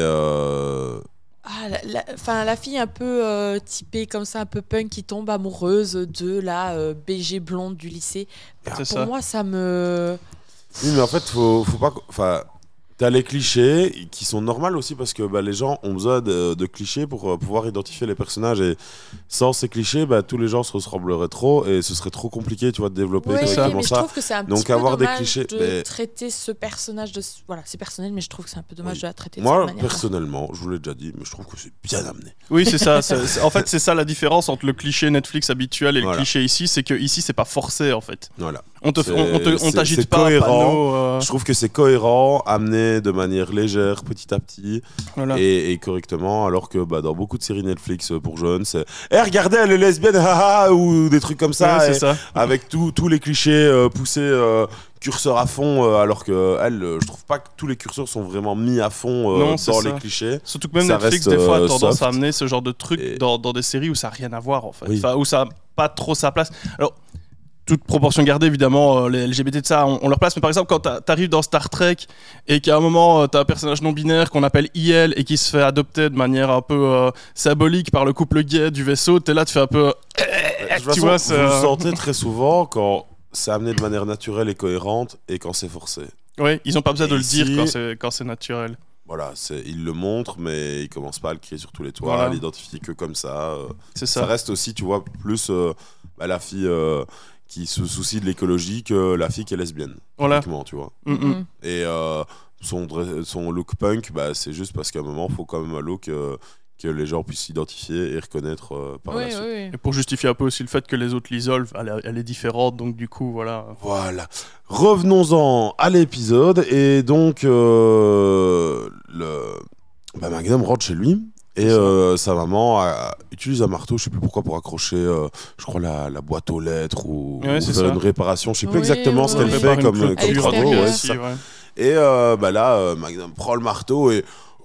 la fille un peu typée comme ça, un peu punk, qui tombe amoureuse de la BG blonde du lycée. Pour moi, ça me... Oui, mais en fait, faut pas... Enfin, t'as les clichés qui sont normaux aussi parce que les gens ont besoin de clichés pour pouvoir identifier les personnages, et sans ces clichés, tous les gens se ressembleraient trop et ce serait trop compliqué, tu vois, de développer correctement ça. Je trouve que c'est un Donc petit avoir peu des clichés, de traiter ce personnage de... Voilà, c'est personnel, mais je trouve que c'est un peu dommage de la traiter de cette manière. Moi, personnellement, je vous l'ai déjà dit, mais je trouve que c'est bien amené. Oui, c'est ça. En fait, c'est ça la différence entre le cliché Netflix habituel et le cliché ici, c'est que ici, c'est pas forcé en fait. Voilà. On t'agite pas cohérent. Je trouve que c'est cohérent, amené de manière légère, petit à petit, et correctement, alors que dans beaucoup de séries Netflix pour jeunes, c'est regardez, elle est lesbienne, haha, ou des trucs comme ça, c'est ça. Avec tous les clichés poussés curseur à fond, alors que je trouve pas que tous les curseurs sont vraiment mis à fond dans les clichés. Surtout que même Netflix des fois a tendance à amener ce genre de trucs dans des séries où ça n'a rien à voir en fait, où ça n'a pas trop sa place. Alors toute proportion gardée, évidemment, les LGBT de ça, on leur place. Mais par exemple, quand t'arrives dans Star Trek et qu'à un moment, t'as un personnage non-binaire qu'on appelle IL et qui se fait adopter de manière un peu symbolique par le couple gay du vaisseau, t'es là, tu fais un peu... tu vois, vous le sentez très souvent quand c'est amené de manière naturelle et cohérente et quand c'est forcé. Oui, ils n'ont pas besoin de le dire quand c'est naturel. Voilà, ils le montrent, mais ils commencent pas à le crier sur tous les toits, à l'identifier que comme ça. C'est ça. Ça reste aussi, tu vois, plus la fille... qui se soucie de l'écologie que la fille qui est lesbienne, tu vois. Mm-hmm. Et son look punk, c'est juste parce qu'à un moment, il faut quand même un look que les gens puissent s'identifier et reconnaître par la suite. Oui. Et pour justifier un peu aussi le fait que les autres l'isolent, elle est différente, donc du coup, voilà. Voilà. Revenons-en à l'épisode, et donc Magnum rentre chez lui. Et sa maman utilise un marteau, je sais plus pourquoi, pour accrocher, je crois, la boîte aux lettres ou faire une réparation. Je sais plus exactement ce qu'elle fait comme travaux. Et là, Magnum prend le marteau et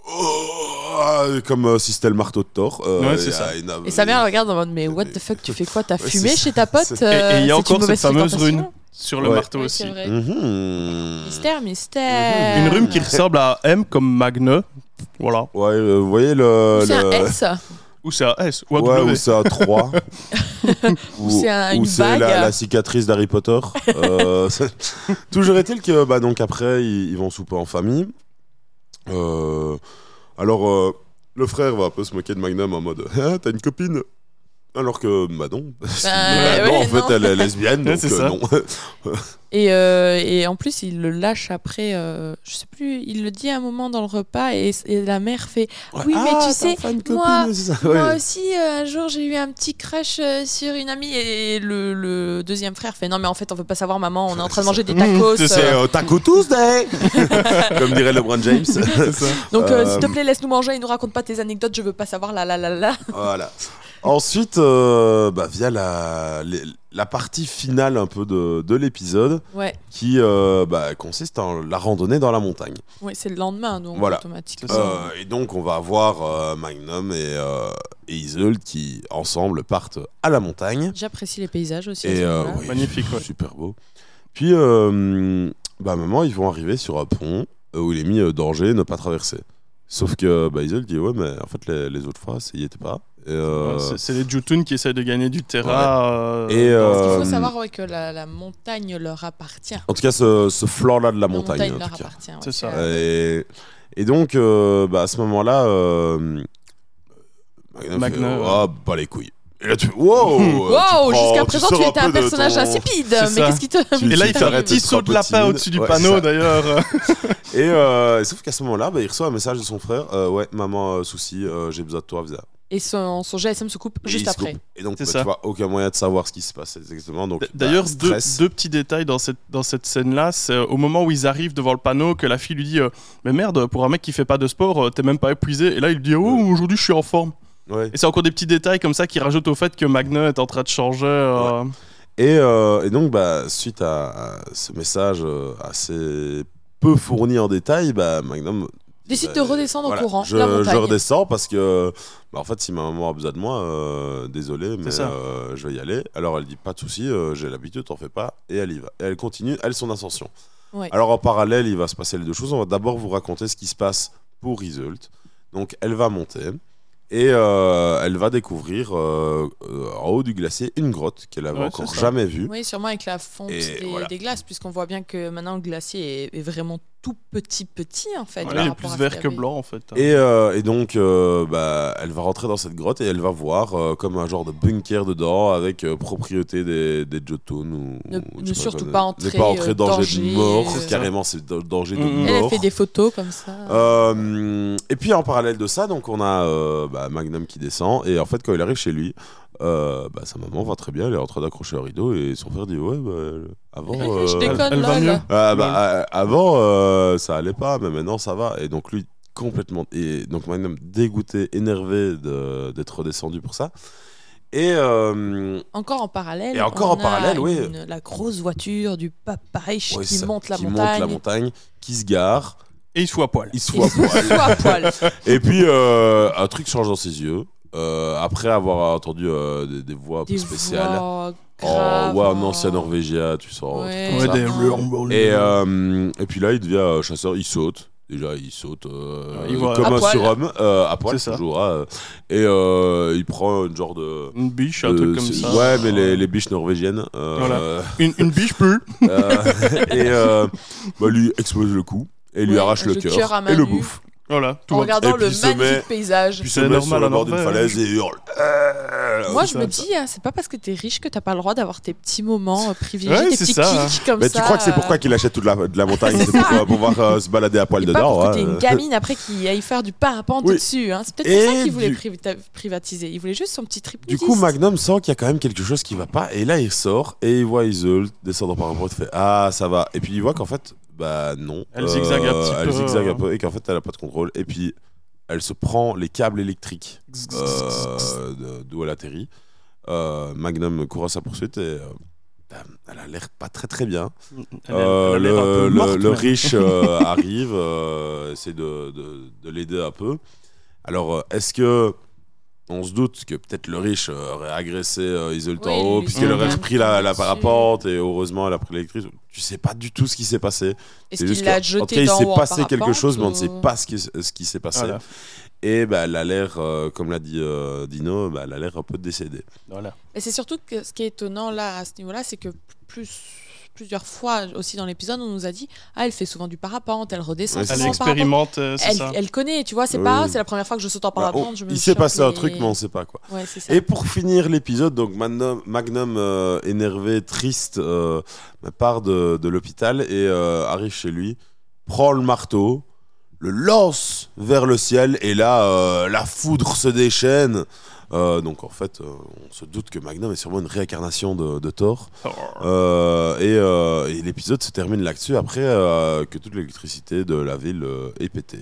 comme si c'était le marteau de Thor. C'est ça. Et sa mère regarde en mode mais what the fuck, tu fais quoi ? T'as fumé chez ta pote ? Et il y a encore cette fameuse rune sur le marteau aussi. Mystère. Une rune qui ressemble à M comme Magne. Voilà. Ouais, vous voyez le. C'est un S. Ou c'est un S. Ou un ouais, W. ou c'est un 3. ou c'est une c'est bague. La cicatrice d'Harry Potter. Toujours est-il que donc après, ils vont souper en famille. Alors, le frère va un peu se moquer de Magnum en mode « T'as une copine ?» Alors que, non. En fait, elle est lesbienne, donc non. Et en plus, il le lâche après, je sais plus, il le dit à un moment dans le repas, et la mère fait oui, mais tu sais, moi aussi, un jour, j'ai eu un petit crush sur une amie, et le deuxième frère fait non, mais en fait, on veut pas savoir, maman, on est en train de manger des tacos. C'est Taco Tuesday comme dirait LeBron James. Donc, s'il te plaît, laisse-nous manger et nous raconte pas tes anecdotes, je veux pas savoir, la. Voilà. Ensuite, via la partie finale un peu de l'épisode, qui consiste en la randonnée dans la montagne. Oui, c'est le lendemain, donc automatiquement. Et donc, on va avoir Magnum et Iseult qui, ensemble, partent à la montagne. J'apprécie les paysages aussi. Et, magnifique, super beau. Puis, bah, à un moment, ils vont arriver sur un pont où il est mis danger, ne pas traverser. Sauf que Isolde dit ouais, mais en fait, les autres fois, ça y était pas. Et, c'est les Jotun qui essayent de gagner du terrain. Et, Parce qu'il faut savoir que la montagne leur appartient. En tout cas, ce flanc-là de la montagne. La montagne en leur tout cas. appartient. C'est ça. Et donc, à ce moment-là, Magnum. Ah, bah les couilles. Et là, tu wow, Wow, jusqu'à présent, tu étais un peu de personnage ton- insipide. C'est Mais ça. qu'est-ce qui te. Tu- Et là, il fait un t'arrêtes petit d'être saut un de peu lapin timide. au-dessus du Ouais, panneau, ça. d'ailleurs. Et sauf qu'à ce moment-là, il reçoit un message de son frère. Ouais, maman, souci, j'ai besoin de toi, viens. Et son GSM se coupe Et juste il se après. coupe. Et donc, C'est tu ça. vois, aucun moyen de savoir ce qui se passe exactement. Donc, D'ailleurs, stress. deux petits détails dans cette scène-là. C'est au moment où ils arrivent devant le panneau que la fille lui dit mais merde, pour un mec qui fait pas de sport, t'es même pas épuisé. Et là, il dit oh, aujourd'hui, je suis en forme. Ouais. Et c'est encore des petits détails comme ça qui rajoutent au fait que Magnum est en train de changer. Et donc, suite à ce message assez peu fourni en détail, Magnum Décide de redescendre voilà, au courant, je, la montagne. je redescends parce que, en fait, si ma maman a besoin de moi, désolé, mais ça. je vais y aller. Alors elle dit pas de souci, j'ai l'habitude, t'en fais pas, et elle y va. Et elle continue, son ascension. Ouais. Alors en parallèle, il va se passer les deux choses. On va d'abord vous raconter ce qui se passe pour Isolde. Donc elle va monter. Et elle va découvrir en haut du glacier une grotte qu'elle avait Ouais, encore c'est ça. jamais vue. Oui, sûrement avec la fonte Et voilà. des glaces, puisqu'on voit bien que maintenant le glacier est vraiment tout petit en fait. Ouais, par il est rapport plus à ce vert qu'il y que avait. blanc en fait. Et donc, elle va rentrer dans cette grotte et elle va voir comme un genre de bunker dedans avec propriété des Jotun. Ne surtout pas entrer, Ne pas entrer danger danger, de mort, c'est ça. carrément, c'est danger de Mhm. mort. Elle a fait des photos comme ça. Et puis en parallèle de ça, donc on a Magnum qui descend et en fait quand il arrive chez lui, sa maman va très bien, elle est en train d'accrocher un rideau et son frère dit ouais avant Je déconne elle va là. mieux. avant ça allait pas mais maintenant ça va et donc lui complètement et donc Magnum dégoûté, énervé d'être redescendu pour ça. Et Encore en parallèle. Et encore on en parallèle, a oui. la grosse voiture du Papa Riche ouais, qui ça, monte la qui montagne. monte la montagne, qui se gare, Et il se fout à poil. il se Et fout à poil. soit à poil. Et puis, un truc change dans ses yeux. Après avoir entendu des voix un peu Des spéciales. voix graves, En ancien norvégien, tu sens. Ouais. un truc comme ça. des... Et puis là, il devient chasseur, il saute. Déjà, il saute il voit- comme À un poil. surhomme, à poil C'est ça. toujours. Et il prend une genre de. Une biche, un truc comme ça. Ouais, mais les biches norvégiennes. Voilà. Une biche plus. Et lui explose le cou et lui Ouais, arrache le le cœur cœur à main et le nue. bouffe. Voilà. Tout En va- regardant Et puis le il se magnifique met- paysage. Puis il se C'est met normal sur le en bord d'une Norvège. falaise et il hurle. Moi, je ça, me ça. dis, c'est pas parce que t'es riche que t'as pas le droit d'avoir tes petits moments privilégiés, Ouais, tes c'est petits ça. kicks comme Mais ça. tu crois que c'est pourquoi qu'il achète toute de la montagne C'est c'est ça. pour pouvoir se balader à poil Et pas dedans. pour que t'aies hein. une gamine après qui aille faire du parapente Oui. dessus. Hein. C'est peut-être Et pour ça qu'il voulait du- privatiser. Il voulait juste son petit trip Du nudiste. coup, Magnum sent qu'il y a quand même quelque chose qui va pas. Et là, il sort et il voit Isolde descendre par rapport. Il fait ah, ça va. Et puis il voit qu'en fait, non. Elle zigzague un petit Elle peu, zigzague un peu et qu'en fait, elle a pas de contrôle. Et puis, elle se prend les câbles électriques d'où elle atterrit. Magnum court à sa poursuite et elle a l'air pas très très bien. Elle a l'air un peu morte, le même. riche arrive, essaie de l'aider un peu. Alors, est-ce que on se doute que peut-être le riche aurait agressé Isolde Oui, en haut, lui puisqu'elle s'est aurait mis un pris coup la dessus. parapente et heureusement elle a pris l'électrique. Tu sais pas du tout ce qui s'est passé. Est-ce C'est juste qu'il l'a en tout jeté cas, il d'en s'est haut en passé quelque parapente chose, mais on ne ou- sait pas ce qui s'est passé. Voilà. Et elle a l'air, comme l'a dit Dino, elle a l'air un peu décédée. Voilà. Et c'est surtout que ce qui est étonnant là à ce niveau-là, c'est que plusieurs fois aussi dans l'épisode, on nous a dit elle fait souvent du parapente, elle redescend Ouais, c'est Elle souvent en parapente. expérimente, c'est ça. Elle connaît, tu vois, c'est Oui, pas oui. c'est la première fois que je saute en parapente. je me il s'est chope passé un les- truc, mais on ne sait pas quoi. Ouais, c'est ça. Et pour finir l'épisode, donc Magnum énervé, triste, part de l'hôpital et arrive chez lui, prend le marteau, le lance vers le ciel et là, la foudre se déchaîne. Donc en fait, on se doute que Magnum est sûrement une réincarnation de Thor. Et l'épisode se termine là-dessus après que toute l'électricité de la ville est pétée.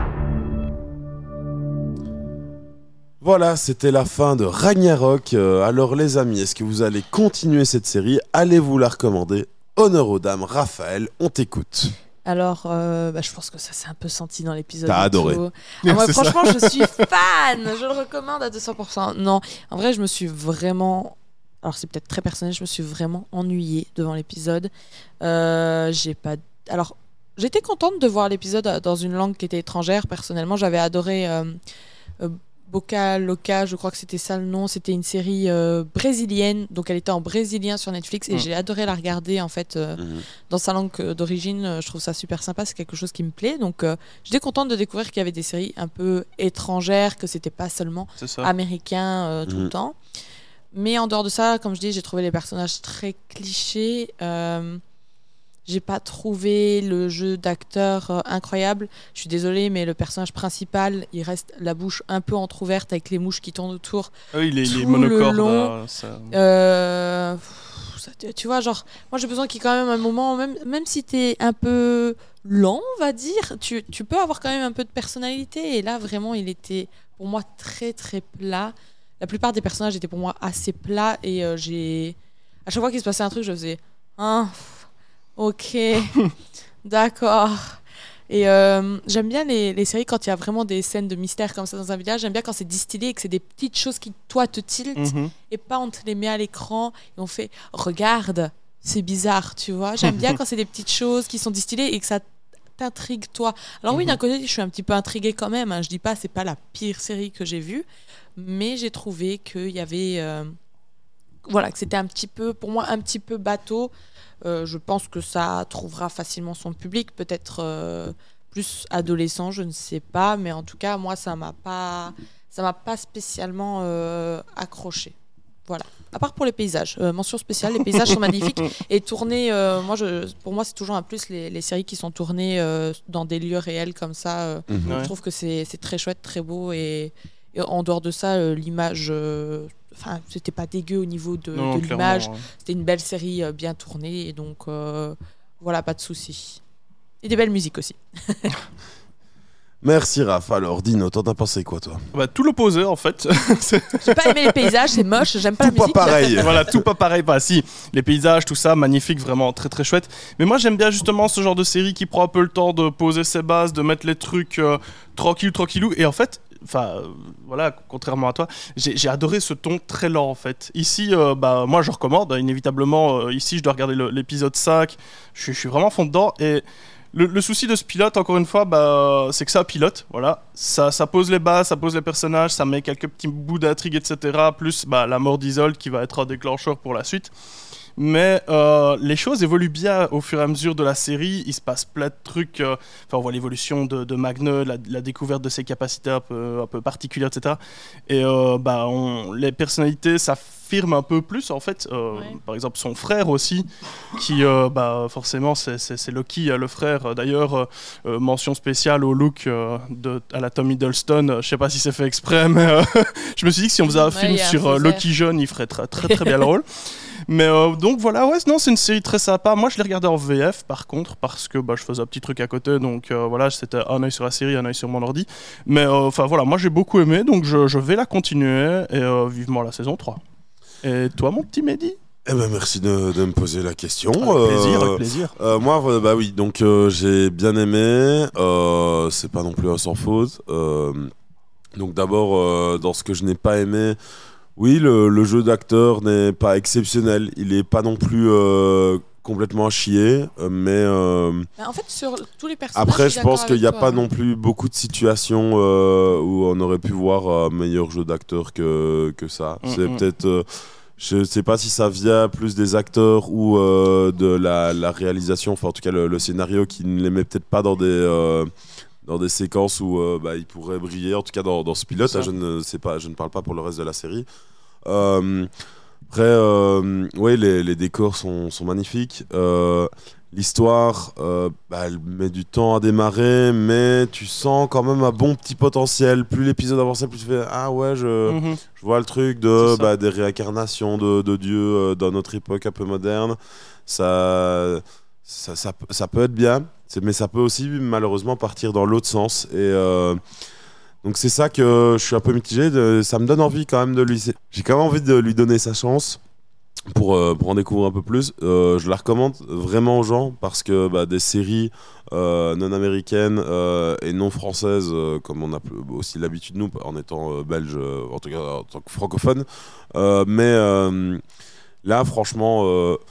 Voilà, c'était la fin de Ragnarok. Alors les amis, est-ce que vous allez continuer cette série ? Allez-vous la recommander ? Honneur aux dames, Raphaël, on t'écoute. Alors, je pense que ça s'est un peu senti dans l'épisode. T'as et adoré. tout. Ah, moi, C'est ça. franchement, je suis fan. Je le recommande à 200%. Non, en vrai, je me suis vraiment. Alors, c'est peut-être très personnel. Je me suis vraiment ennuyée devant l'épisode. J'ai pas Alors, j'étais contente de voir l'épisode dans une langue qui était étrangère. Personnellement, j'avais adoré Boca Loca, je crois que c'était ça le nom. C'était une série brésilienne, donc elle était en brésilien sur Netflix et j'ai adoré la regarder en fait dans sa langue d'origine. Je trouve ça super sympa, c'est quelque chose qui me plaît. Donc j'étais contente de découvrir qu'il y avait des séries un peu étrangères, que c'était pas seulement américain tout le temps. Mais en dehors de ça, comme je dis, j'ai trouvé les personnages très clichés. J'ai pas trouvé le jeu d'acteur incroyable. Je suis désolée, mais le personnage principal, il reste la bouche un peu entrouverte avec les mouches qui tournent autour. Il est monocorde. Tu vois, genre, moi j'ai besoin qu'il y ait quand même un moment, même si t'es un peu lent, on va dire, tu peux avoir quand même un peu de personnalité. Et là, vraiment, il était pour moi très très plat. La plupart des personnages étaient pour moi assez plats. Et à chaque fois qu'il se passait un truc, je faisais ok, d'accord. Et j'aime bien les séries quand il y a vraiment des scènes de mystère comme ça dans un village. J'aime bien quand c'est distillé et que c'est des petites choses qui, toi, te tiltent. Et pas on te les met à l'écran et on fait « Regarde, c'est bizarre », tu vois. J'aime bien quand c'est des petites choses qui sont distillées et que ça t'intrigue, toi. Alors oui, d'un côté, je suis un petit peu intriguée quand même. Je dis pas, c'est pas la pire série que j'ai vue. Mais j'ai trouvé qu'il y avait... que c'était un petit peu, pour moi, un petit peu bateau. Je pense que ça trouvera facilement son public, peut-être plus adolescent, je ne sais pas, mais en tout cas moi ça m'a pas spécialement accroché. Voilà. À part pour les paysages, mention spéciale, les paysages sont magnifiques et tournés. Pour moi c'est toujours un plus les séries qui sont tournées dans des lieux réels comme ça. Je trouve que c'est très chouette, très beau et en dehors de ça, l'image. C'était pas dégueu au niveau de l'image. Ouais. C'était une belle série bien tournée. Et donc, voilà, pas de soucis. Et des belles musiques aussi. Merci Raph. Alors, Dino, t'en as pensé quoi, toi ? Tout l'opposé, en fait. J'ai pas aimé les paysages, c'est moche, j'aime pas tout la musique. Pas pareil. Voilà, tout pas pareil. Si, les paysages, tout ça, magnifique, vraiment très très chouette. Mais moi, j'aime bien justement ce genre de série qui prend un peu le temps de poser ses bases, de mettre les trucs tranquillou. Et en fait, voilà, contrairement à toi, j'ai adoré ce ton très lent en fait. Ici, moi je recommande, inévitablement, ici je dois regarder l'épisode 5, je suis vraiment fond dedans. Et le souci de ce pilote, encore une fois, c'est que ça pilote, voilà. Ça pose les bases, ça pose les personnages, ça met quelques petits bouts d'intrigue, etc. Plus la mort d'Isolde qui va être un déclencheur pour la suite. Mais les choses évoluent bien au fur et à mesure de la série. Il se passe plein de trucs. On voit l'évolution de Magne, la découverte de ses capacités un peu particulières, etc. Et les personnalités s'affirment un peu plus, en fait. Par exemple, son frère aussi, qui, forcément, c'est Loki, le frère. D'ailleurs, mention spéciale au look à la Tom Hiddleston. Je ne sais pas si c'est fait exprès, mais je me suis dit que si on faisait un film sur Loki jeune, il ferait très, très, très bien le rôle. Mais donc voilà, c'est une série très sympa. Moi je l'ai regardée en VF par contre, parce que je faisais un petit truc à côté, donc voilà, c'était un œil sur la série, un œil sur mon ordi. Mais voilà, moi j'ai beaucoup aimé, donc je vais la continuer et vivement la saison 3. Et toi mon petit Mehdi ? Merci de me poser la question. Avec plaisir. Moi, oui, donc j'ai bien aimé. C'est pas non plus un sans faute. Donc d'abord, dans ce que je n'ai pas aimé, oui, le jeu d'acteur n'est pas exceptionnel. Il est pas non plus complètement à chier, mais en fait, sur tous les personnages, après, je pense qu'il n'y a pas non plus beaucoup de situations où on aurait pu voir un meilleur jeu d'acteur que ça. C'est peut-être... je sais pas si ça vient plus des acteurs ou de la réalisation, enfin en tout cas le scénario qui ne les met peut-être pas dans des séquences où il pourrait briller, en tout cas dans ce pilote. Je ne sais pas, je ne parle pas pour le reste de la série. Après, les décors sont magnifiques. L'histoire, elle met du temps à démarrer, mais tu sens quand même un bon petit potentiel. Plus l'épisode avançait, plus tu fais je vois le truc des réincarnations de Dieu dans notre époque un peu moderne. Ça peut être bien, mais ça peut aussi malheureusement partir dans l'autre sens. Et donc c'est ça que je suis un peu mitigé. Ça me donne envie quand même j'ai quand même envie de lui donner sa chance. Pour en découvrir un peu plus, je la recommande vraiment aux gens parce que des séries non américaines et non françaises, comme on a aussi l'habitude nous en étant belge, en tout cas en tant que francophone, mais là franchement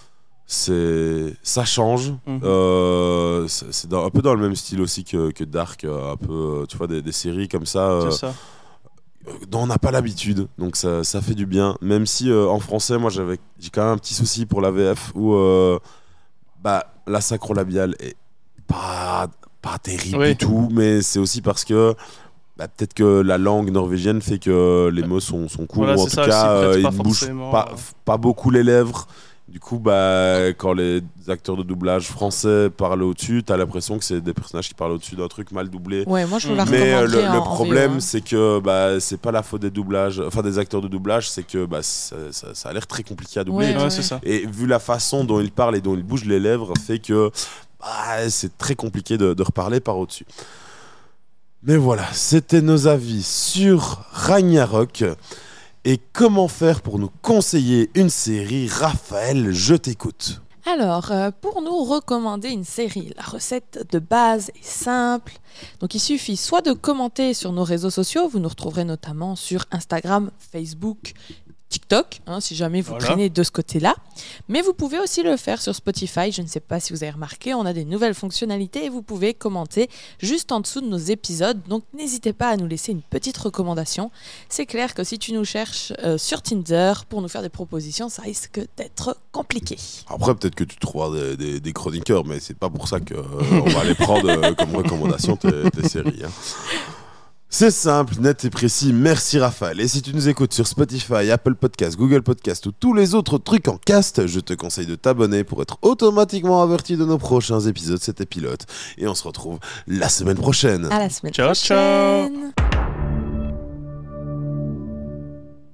ça change. C'est un peu dans le même style aussi que Dark, un peu, tu vois, des séries comme ça. C'est ça. Dont on n'a pas l'habitude, donc ça fait du bien. Même si en français, moi j'ai quand même un petit souci pour la VF où la sacro-labiale est pas terrible du tout, mais c'est aussi parce que peut-être que la langue norvégienne fait que les mots sont courts, Voilà, ou en c'est tout ça cas aussi, ils pas ne bougent forcément, pas beaucoup les lèvres. Du coup, quand les acteurs de doublage français parlent au-dessus, t'as l'impression que c'est des personnages qui parlent au-dessus d'un truc mal doublé. Ouais, moi je vous la Mais recommanderais le en problème, VO, hein. c'est que c'est pas la faute des acteurs de doublage, c'est que ça a l'air très compliqué à doubler. Ouais, C'est ça. Et vu la façon dont ils parlent et dont ils bougent les lèvres, fait que c'est très compliqué de reparler par au-dessus. Mais voilà, c'était nos avis sur Ragnarok. Et comment faire pour nous conseiller une série? Raphaël, je t'écoute. Alors, pour nous recommander une série, la recette de base est simple. Donc, il suffit soit de commenter sur nos réseaux sociaux, vous nous retrouverez notamment sur Instagram, Facebook, TikTok, si jamais vous traînez de ce côté-là. Mais vous pouvez aussi le faire sur Spotify. Je ne sais pas si vous avez remarqué, on a des nouvelles fonctionnalités et vous pouvez commenter juste en dessous de nos épisodes. Donc n'hésitez pas à nous laisser une petite recommandation. C'est clair que si tu nous cherches sur Tinder pour nous faire des propositions, ça risque d'être compliqué. Après, peut-être que tu trouveras des chroniqueurs, mais c'est pas pour ça qu'on va les prendre comme recommandation tes séries. C'est simple, net et précis. Merci Raphaël. Et si tu nous écoutes sur Spotify, Apple Podcasts, Google Podcasts ou tous les autres trucs en cast, je te conseille de t'abonner pour être automatiquement averti de nos prochains épisodes. C'était Pilote et on se retrouve la semaine prochaine. À la semaine Ciao, prochaine. ciao.